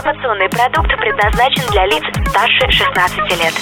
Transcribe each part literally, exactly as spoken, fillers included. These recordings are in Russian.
Информационный продукт предназначен для лиц старше шестнадцати лет.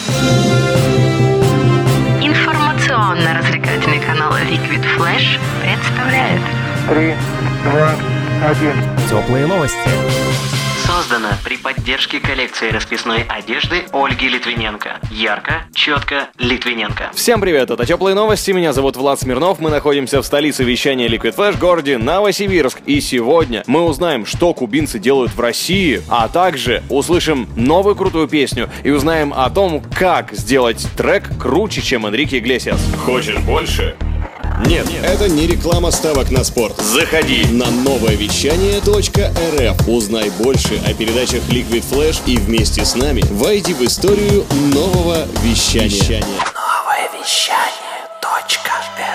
Информационно-развлекательный канал Liquid Flash представляет три, два, один. Теплые новости. Создано при поддержке коллекции расписной одежды Ольги Литвиненко. Ярко, четко, Литвиненко. Всем привет, это Теплые новости, меня зовут Влад Смирнов, мы находимся в столице вещания Liquid Flash, городе Новосибирск. И сегодня мы узнаем, что кубинцы делают в России, а также услышим новую крутую песню и узнаем о том, как сделать трек круче, чем Энрике Иглесиас. Хочешь больше? Нет, Это не реклама ставок на спорт. заходи. На новое вещание точка эр эф. Узнай больше о передачах Liquid Flash и вместе с нами войди в историю нового вещания. Новое вещание точка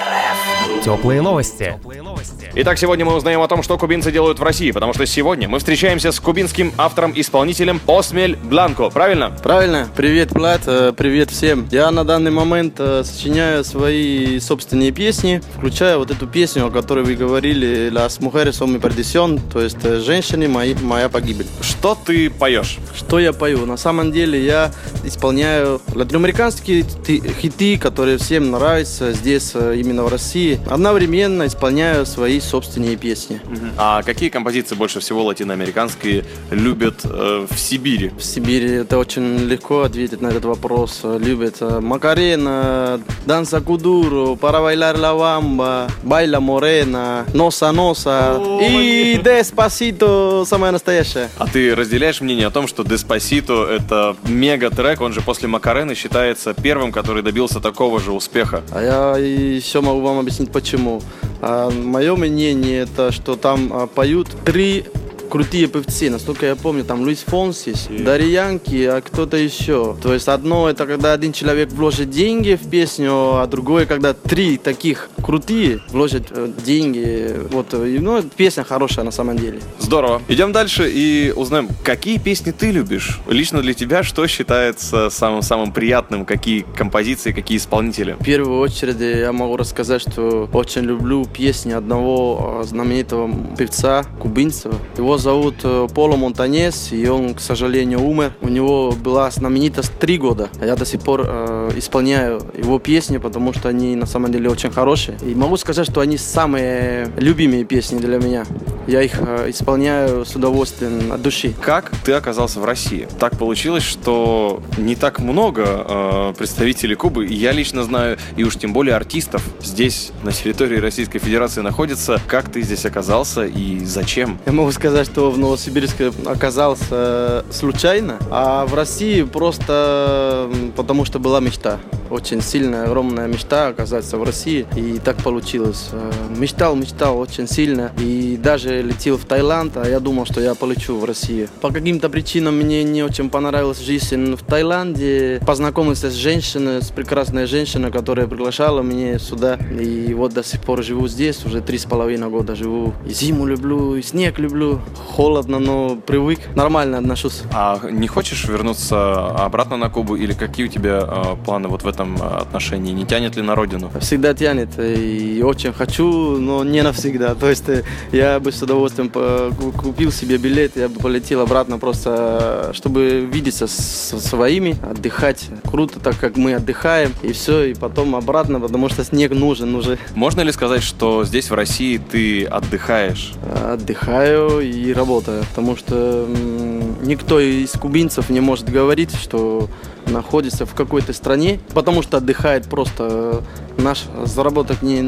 эр эф. Теплые новости. Итак, сегодня мы узнаем о том, что кубинцы делают в России, потому что сегодня мы встречаемся с кубинским автором-исполнителем Осмель Бланко, правильно? Правильно. Привет, Влад. э, Привет всем. Я на данный момент э, сочиняю свои собственные песни, включая вот эту песню, о которой вы говорили, «Las mujeres son mi perdición», то есть э, «Женщины мои, моя погибель». Что ты поешь? Что я пою? На самом деле я исполняю латиноамериканские ти- хиты, которые всем нравятся здесь, э, именно в России. Одновременно исполняю свои собственные песни. А какие композиции больше всего латиноамериканские любят э, в Сибири? В Сибири это очень легко ответить на этот вопрос. Любят э, Макарена, Данса Кудуру, Para bailar la bamba, Байла Морена, Носа Носа и Деспасито, самое настоящее. А ты разделяешь мнение о том, что Деспасито — это мега-трек, он же после Макарены считается первым, который добился такого же успеха? А я еще могу вам объяснить почему. А, мое мнение это, что там а, поют три крутые певцы, насколько я помню, там Луис Фонсис, Дади Янки, а кто-то еще. То есть одно это когда один человек вложит деньги в песню, а другое когда три таких крутые вложат э, деньги. Вот, и, ну, песня хорошая на самом деле. Здорово. Идем дальше и узнаем, какие песни ты любишь. Лично для тебя что считается самым-самым приятным, какие композиции, какие исполнители? В первую очередь я могу рассказать, что очень люблю песни одного знаменитого певца, кубинца. Его зовут Поло Монтаньес, и он, к сожалению, умер. У него была знаменитость три года. Я до сих пор э, исполняю его песни, потому что они на самом деле очень хорошие. И могу сказать, что они самые любимые песни для меня. Я их э, исполняю с удовольствием от души. Как ты оказался в России? Так получилось, что не так много э, представителей Кубы, и я лично знаю, и уж тем более артистов здесь, на территории Российской Федерации, находится. Как ты здесь оказался и зачем? Я могу сказать, что в Новосибирске оказался случайно, а в России просто потому что была мечта. Очень сильная, огромная мечта оказаться в России, и так получилось. Мечтал, мечтал очень сильно, и даже летел в Таиланд, а я думал, что я полечу в Россию. По каким-то причинам мне не очень понравилась жизнь в Таиланде. Познакомился с женщиной, с прекрасной женщиной, которая приглашала меня сюда, и вот до сих пор живу здесь, уже три с половиной года живу. И зиму люблю, и снег люблю. Холодно, но привык, нормально отношусь. А не хочешь вернуться обратно на Кубу, или какие у тебя э, планы вот в этом отношении? Не тянет ли на родину? Всегда тянет, и очень хочу, но не навсегда. То есть я бы с удовольствием купил себе билет, я бы полетел обратно просто, чтобы видеться с своими, отдыхать. Круто, так как мы отдыхаем, и все, и потом обратно, потому что снег нужен уже. Можно ли сказать, что здесь в России ты отдыхаешь? Отдыхаю и работаю, потому что м, никто из кубинцев не может говорить, что находится в какой-то стране, потому что отдыхает просто. Наш заработок не,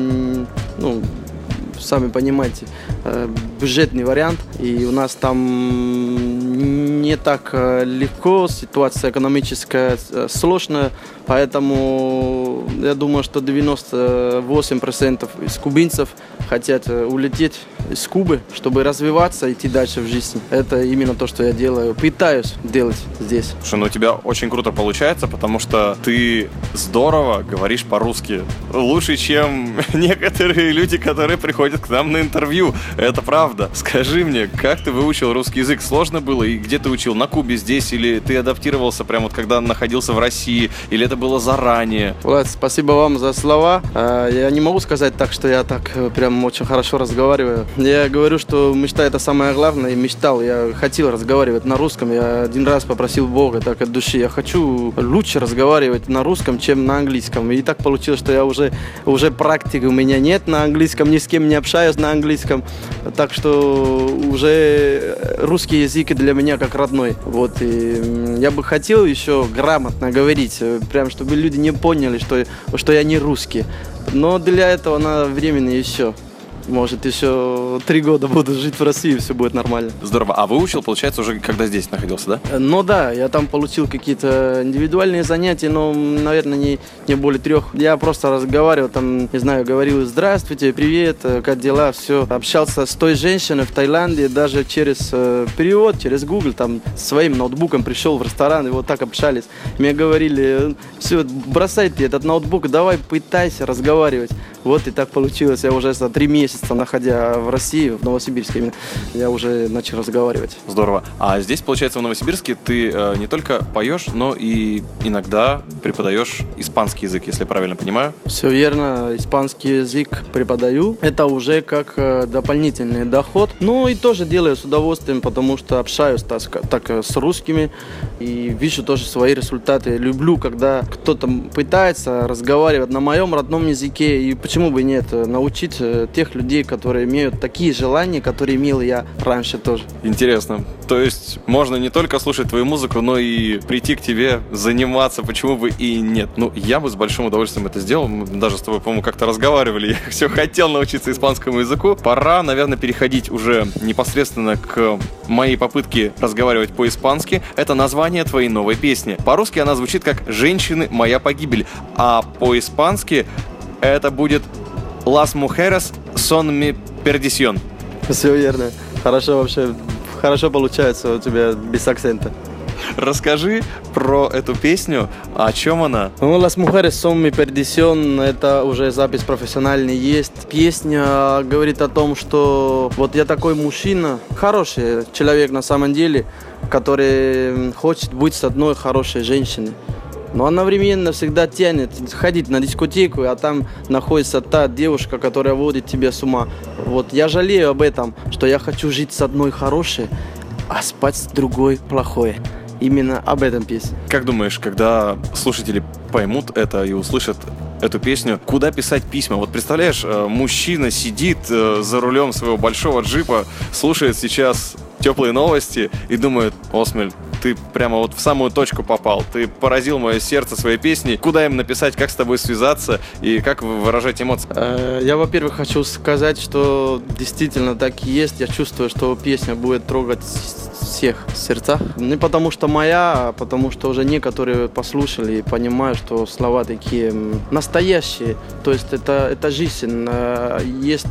ну, сами понимаете, бюджетный вариант, и у нас там не так легко, ситуация экономическая сложная, поэтому я думаю, что девяносто восемь процентов из кубинцев хотят улететь из Кубы, чтобы развиваться, идти дальше в жизни. Это именно то, что я делаю, пытаюсь делать здесь. Слушай, ну у тебя очень круто получается, потому что ты здорово говоришь по-русски. Лучше, чем некоторые люди, которые приходят к нам на интервью. Это правда. Скажи мне, как ты выучил русский язык? Сложно было? И где ты учил? На Кубе, здесь? Или ты адаптировался прямо вот когда находился в России? Или это было заранее? Влад, спасибо вам за слова. Я не могу сказать так, что я так прям очень хорошо разговариваю. Я говорю, что мечта — это самое главное. И мечтал, я хотел разговаривать на русском. Я один раз попросил Бога так от души. Я хочу лучше разговаривать на русском, чем на английском. И так получилось, что я уже, уже практики у меня нет на английском, ни с кем не общаюсь на английском. Так что уже русский язык для меня как родной. Вот. И я бы хотел еще грамотно говорить, прям чтобы люди не поняли, что, что я не русский. Но для этого надо времени еще. Может, еще три года буду жить в России, и все будет нормально. Здорово. А выучил, получается, уже когда здесь находился, да? Ну да, я там получил какие-то индивидуальные занятия, но, наверное, не, не более трех. Я просто разговаривал, там, не знаю, говорил: здравствуйте, привет, как дела, все. Общался с той женщиной в Таиланде, даже через э, перевод, через Google, там, своим ноутбуком пришел в ресторан, и вот так общались. Мне говорили: все, бросай ты этот ноутбук, давай пытайся разговаривать. Вот и так получилось. Я уже за три месяца, находя в России, в Новосибирске именно, я уже начал разговаривать. Здорово. А здесь, получается, в Новосибирске ты э, не только поешь, но и иногда преподаешь испанский язык, если я правильно понимаю? Все верно. Испанский язык преподаю. Это уже как э, дополнительный доход. Ну и тоже делаю с удовольствием, потому что общаюсь так, так с русскими и вижу тоже свои результаты. Люблю, когда кто-то пытается разговаривать на моем родном языке, и почему бы нет, научить тех людей, которые имеют такие желания, которые имел я раньше тоже. Интересно. То есть можно не только слушать твою музыку, но и прийти к тебе, заниматься, почему бы и нет. Ну, я бы с большим удовольствием это сделал. Мы даже с тобой, по-моему, как-то разговаривали. Я все хотел научиться испанскому языку. Пора, наверное, переходить уже непосредственно к моей попытке разговаривать по-испански. Это название твоей новой песни. По-русски она звучит как «Женщины, моя погибель», а по-испански это будет «Las mujeres son mi perdición». Все верно. Хорошо вообще. Хорошо получается у тебя без акцента. Расскажи про эту песню, о чем она? Ну, «Las mujeres son mi perdición» — это уже запись профессиональная есть. Песня говорит о том, что вот я такой мужчина, хороший человек на самом деле, который хочет быть с одной хорошей женщиной. Но одновременно всегда тянет ходить на дискотеку, а там находится та девушка, которая водит тебя с ума. Вот я жалею об этом, что я хочу жить с одной хорошей, а спать с другой плохой. Именно об этом песня. Как думаешь, когда слушатели поймут это и услышат эту песню, куда писать письма? Вот представляешь, мужчина сидит за рулем своего большого джипа, слушает сейчас теплые новости и думает: Осмель, ты прямо вот в самую точку попал, ты поразил мое сердце своей песней. Куда им написать, как с тобой связаться и как выражать эмоции? Я, во-первых, хочу сказать, что действительно так и есть. Я чувствую, что песня будет трогать всех сердцах. Не потому что моя, а потому что уже некоторые послушали и понимают, что слова такие настоящие. То есть это, это жизнь. Есть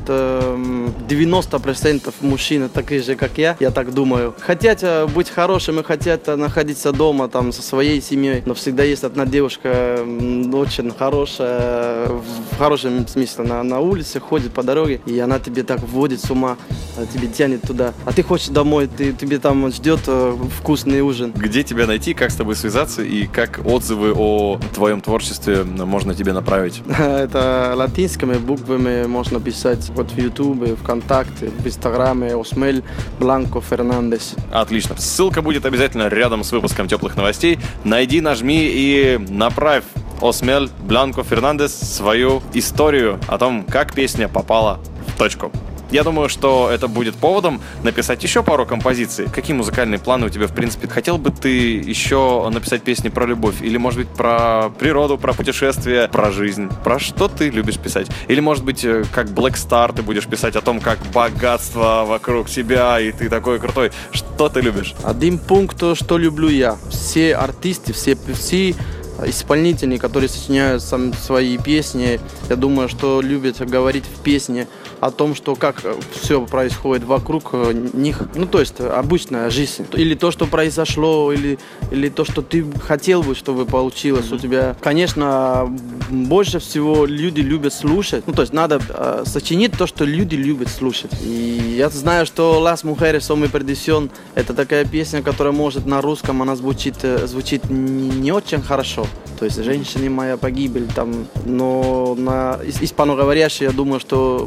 девяносто процентов мужчин такие же, как я, я так думаю. Хотят быть хорошими, хотят находиться дома там со своей семьей, но всегда есть одна девушка очень хорошая, в хорошем смысле, на, на улице ходит по дороге, и она тебе так вводит с ума, тебе тянет туда. А ты хочешь домой, ты, тебе там ждет вкусный ужин. Где тебя найти, как с тобой связаться и как отзывы о твоем творчестве можно тебе направить? Это латинскими буквами можно писать вот в Ютубе, ВКонтакте, в Инстаграме Осмель Бланко Фернандес. Отлично. Ссылка будет обязательно рядом с выпуском теплых новостей. Найди, нажми и направь Осмель Бланко Фернандес свою историю о том, как песня попала в точку. Я думаю, что это будет поводом написать еще пару композиций. Какие музыкальные планы у тебя, в принципе? Хотел бы ты еще написать песни про любовь? Или, может быть, про природу, про путешествия, про жизнь? Про что ты любишь писать? Или, может быть, как Black Star ты будешь писать о том, как богатство вокруг тебя, и ты такой крутой? Что ты любишь? Один пункт, что люблю я. Все артисты, все певцы, исполнители, которые сочиняют сам свои песни, я думаю, что любят говорить в песне о том, что как все происходит вокруг них, ну то есть обычная жизнь, или то, что произошло, или, или то, что ты хотел бы, чтобы получилось mm-hmm. у тебя. Конечно, больше всего люди любят слушать, ну то есть надо э, сочинить то, что люди любят слушать. И я знаю, что «Las mujeres son mi perdición» — это такая песня, которая может на русском, она звучит, звучит не очень хорошо. То есть «Женщина моя погибель» там, но на испаноговорящие, я думаю, что воспринимают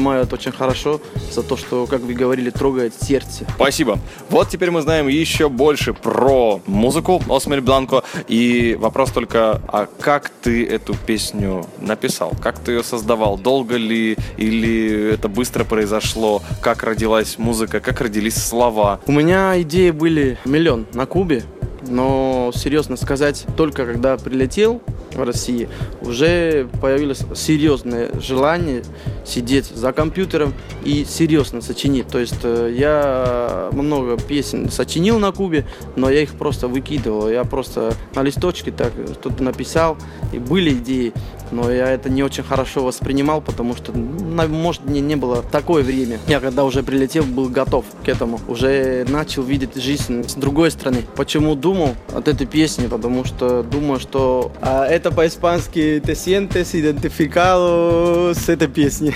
понимают очень хорошо за то, что, как вы говорили, трогает сердце. Спасибо. Вот теперь мы знаем еще больше про музыку Осмель Бланко. И вопрос только, а как ты эту песню написал? Как ты ее создавал? Долго ли? Или это быстро произошло? Как родилась музыка? Как родились слова? У меня идеи были миллион на Кубе, но, серьезно сказать, только когда прилетел в Россию, уже появилось серьезное желание сидеть за компьютером и серьезно сочинить. То есть я много песен сочинил на Кубе, но я их просто выкидывал. Я просто на листочке так что-то написал, и были идеи, но я это не очень хорошо воспринимал, потому что, может, мне не было такое время. Я когда уже прилетел, был готов к этому. Уже начал видеть жизнь с другой стороны. Почему думал от этой песни? Потому что думаю, что а, это по-испански «te sientes identificado» с этой песней.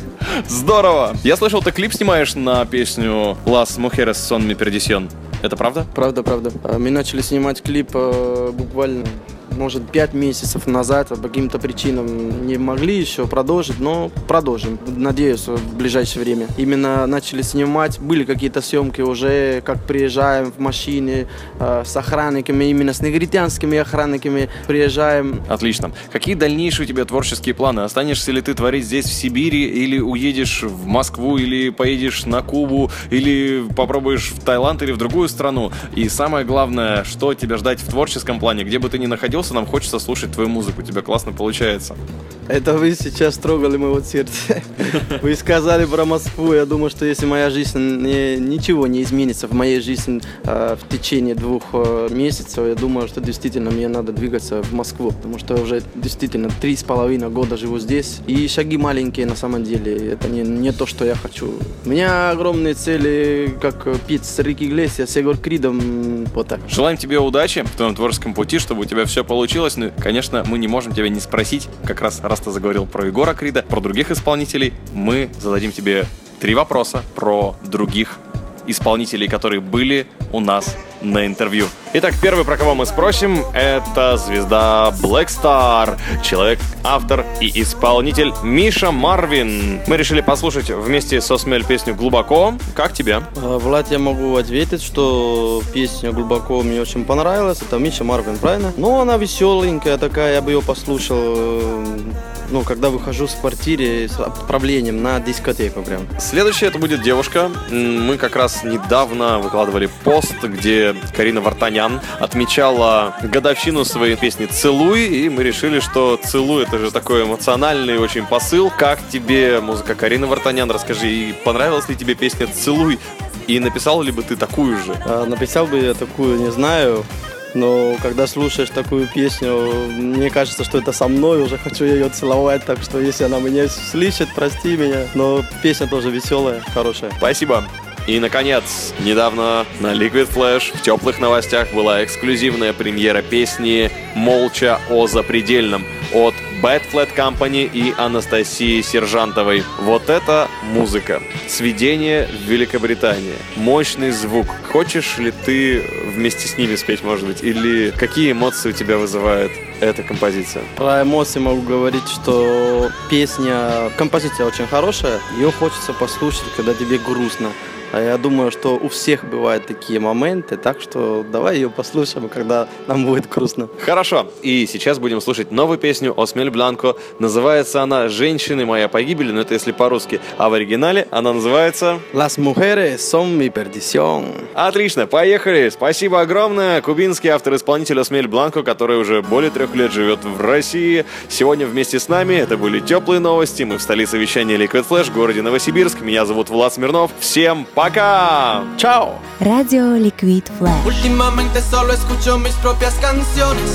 Здорово! Я слышал, ты клип снимаешь на песню «Las mujeres son mi perdición». Это правда? Правда, правда. Мы начали снимать клип э, буквально, может, пять месяцев назад. По каким-то причинам не могли еще продолжить, но продолжим. Надеюсь, в ближайшее время. Именно начали снимать. Были какие-то съемки уже, как приезжаем в машине э, с охранниками, именно с негритянскими охранниками приезжаем. Отлично. Какие дальнейшие у тебя творческие планы? Останешься ли ты творить здесь, в Сибири, или уедешь в Москву, или поедешь на Кубу, или попробуешь в Таиланд или в другую страну? И самое главное, что тебя ждать в творческом плане? Где бы ты ни находился, нам хочется слушать твою музыку. У тебя классно получается. Это вы сейчас трогали моего сердца. Вы сказали про Москву. Я думаю, что если моя жизнь, не, ничего не изменится в моей жизни э, в течение двух э, месяцев, я думаю, что действительно мне надо двигаться в Москву, потому что уже действительно три с половиной года живу здесь. И шаги маленькие на самом деле. Это не, не то, что я хочу. У меня огромные цели, как петь с Рики Иглесиас, с Егор Кридом. Вот так. Желаем тебе удачи в твоем творческом пути, чтобы у тебя все получилось. Ну, конечно, мы не можем тебя не спросить, как раз раз ты заговорил про Егора Крида, про других исполнителей, мы зададим тебе три вопроса про других исполнителей, которые были у нас на интервью. Итак, первый, про кого мы спросим, это звезда Black Star, человек, автор и исполнитель Миша Марвин. Мы решили послушать вместе с Осмель песню «Глубоко». Как тебе? Влад, я могу ответить, что песня «Глубоко» мне очень понравилась. Это Миша Марвин, правильно? Ну, она веселенькая такая, я бы ее послушал, ну, когда выхожу в квартире с отправлением на дискотеку прям. Следующая это будет девушка. Мы как раз недавно выкладывали пост, где Карина Вартанян отмечала годовщину своей песни «Целуй», и мы решили, что «Целуй» — это же такой эмоциональный очень посыл. Как тебе музыка Карины Вартанян? Расскажи, и понравилась ли тебе песня «Целуй»? И написал ли бы ты такую же? А, написал бы я такую, не знаю. Но когда слушаешь такую песню, мне кажется, что это со мной, уже хочу ее целовать. Так что если она меня слышит, прости меня. Но песня тоже веселая, хорошая. Спасибо. И, наконец, недавно на Liquid Flash в теплых новостях была эксклюзивная премьера песни «Молча о запредельном» от Bad Flat Company и Анастасии Сержантовой. Вот это музыка. Сведение в Великобритании. Мощный звук. Хочешь ли ты вместе с ними спеть, может быть? Или какие эмоции у тебя вызывает эта композиция? Про эмоции могу говорить, что песня, композиция очень хорошая. Ее хочется послушать, когда тебе грустно. А я думаю, что у всех бывают такие моменты, так что давай ее послушаем, когда нам будет грустно. Хорошо, и сейчас будем слушать новую песню Осмель Бланко. Называется она «Женщины, моя погибель», но это если по-русски. А в оригинале она называется «Las mujeres son mi perdición». Отлично, поехали! Спасибо огромное! Кубинский автор-исполнитель Осмель Бланко, который уже более трех лет живет в России. Сегодня вместе с нами. Это были теплые новости. Мы в столице вещания Liquid Flash, в городе Новосибирск. Меня зовут Влад Смирнов. Всем пока! Пока! Чао! Radio Liquid Flash. Últimamente solo escucho mis propias canciones,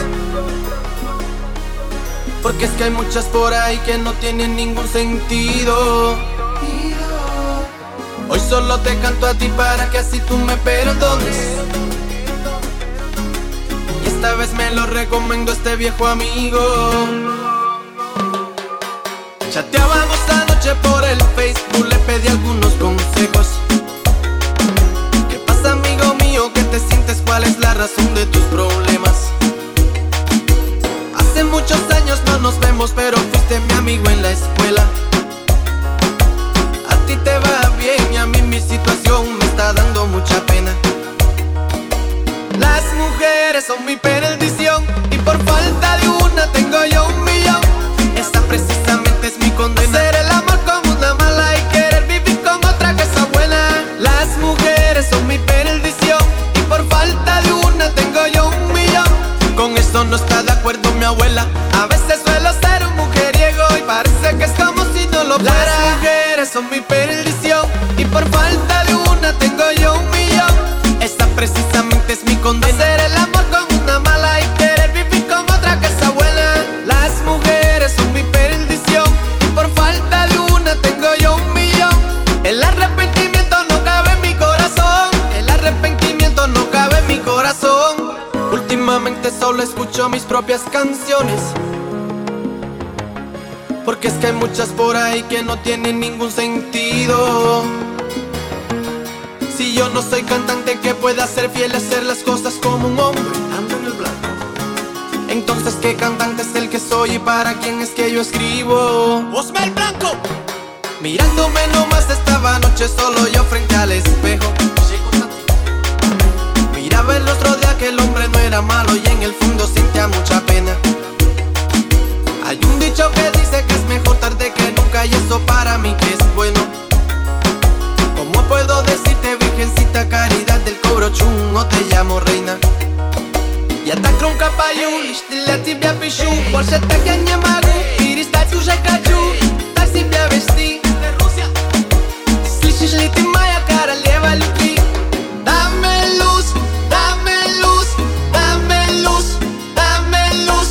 porque es que hay muchas por ahí que no tienen ningún sentido. Hoy solo te canto a ti para que así tú me perdones, y esta vez me lo recomiendo este viejo amigo. Chateábamos anoche por el Facebook, le pedí algunos consejos. Amigo mío, ¿qué te sientes? ¿Cuál es la razón de tus problemas? Hace muchos años no nos vemos, pero fuiste mi amigo en la escuela. mujeres son mi perdición y por falta de una tengo yo un millón. Esa precisamente es mi condena. Hacer el amor con una mala y querer vivir con otra que sea buena. Las mujeres son mi perdición y por falta de una tengo yo un millón. Con eso no está de acuerdo mi abuela. A veces suelo ser un mujeriego y parece que es como si no lo fuera. Las mujeres son mi perdición y por falta de una tengo yo un millón. Esta precisamente es mi condena. Hacer el amor con una mala y querer vivir con otra que sea buena. Las mujeres son mi perdición y por falta de una tengo yo un millón. El arrepentimiento no cabe en mi corazón. El arrepentimiento no cabe en mi corazón. Últimamente solo escucho mis propias canciones, porque es que hay muchas por ahí que no tienen ningún sentido. Si yo no soy cantante que pueda ser fiel a hacer las cosas como un hombre, ando en el blanco. Entonces, ¿qué cantante es el que soy y para quién es que yo escribo? ¡Osmel Blanco! Mirándome nomás estaba anoche solo yo frente al espejo. Miraba el rostro de aquel hombre, no era malo y en el fondo sentía mucha pena. Hay un dicho que dice que es mejor tarde que nunca y eso para mí que es bueno. ¿Cómo puedo decirte, virgencita caridad del cobro chungo, te llamo reina? Ja tak kromka paju, lište тебя пишу. Больше так я не могу, перестать уже хочу. Так себя вести. Слышишь ли ты, моя королева любви? Dame luz, dame luz, dame luz, dame luz.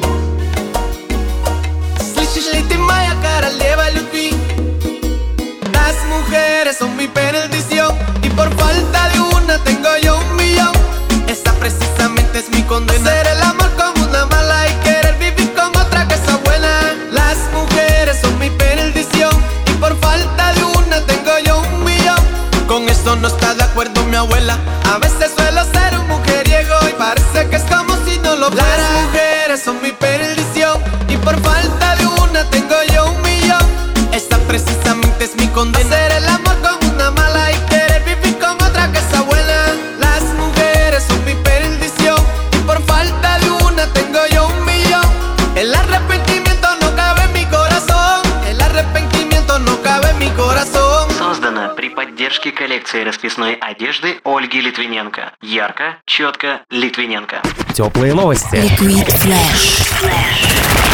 Слышишь ли ты, моя королева любви? Las mujeres son mi perdición y por falta de una tengo yo un millón. Esa precisamente es mi condena. Hacer el amor con una mala y querer vivir con otra que sea buena. Las mujeres son mi perdición y por falta de una tengo yo un millón. Con eso no está de acuerdo mi abuela. A veces suelo ser un mujeriego y parece que es como si no lo fuera. Las mujeres son mi perdición y por falta de una tengo yo un millón. Esta precisamente es mi condena. Hacer el amor con una mala y querer vivir con otra que sea buena. Las mujeres son mi perdición y por falta de una tengo yo un millón. El arrepentimiento no cabe en mi corazón. El arrepentimiento no cabe en mi corazón. Создано при поддержке коллекции расписной одежды Ольги Литвиненко. Ярко, четко, Литвиненко. Теплые новости. Liquid Flash.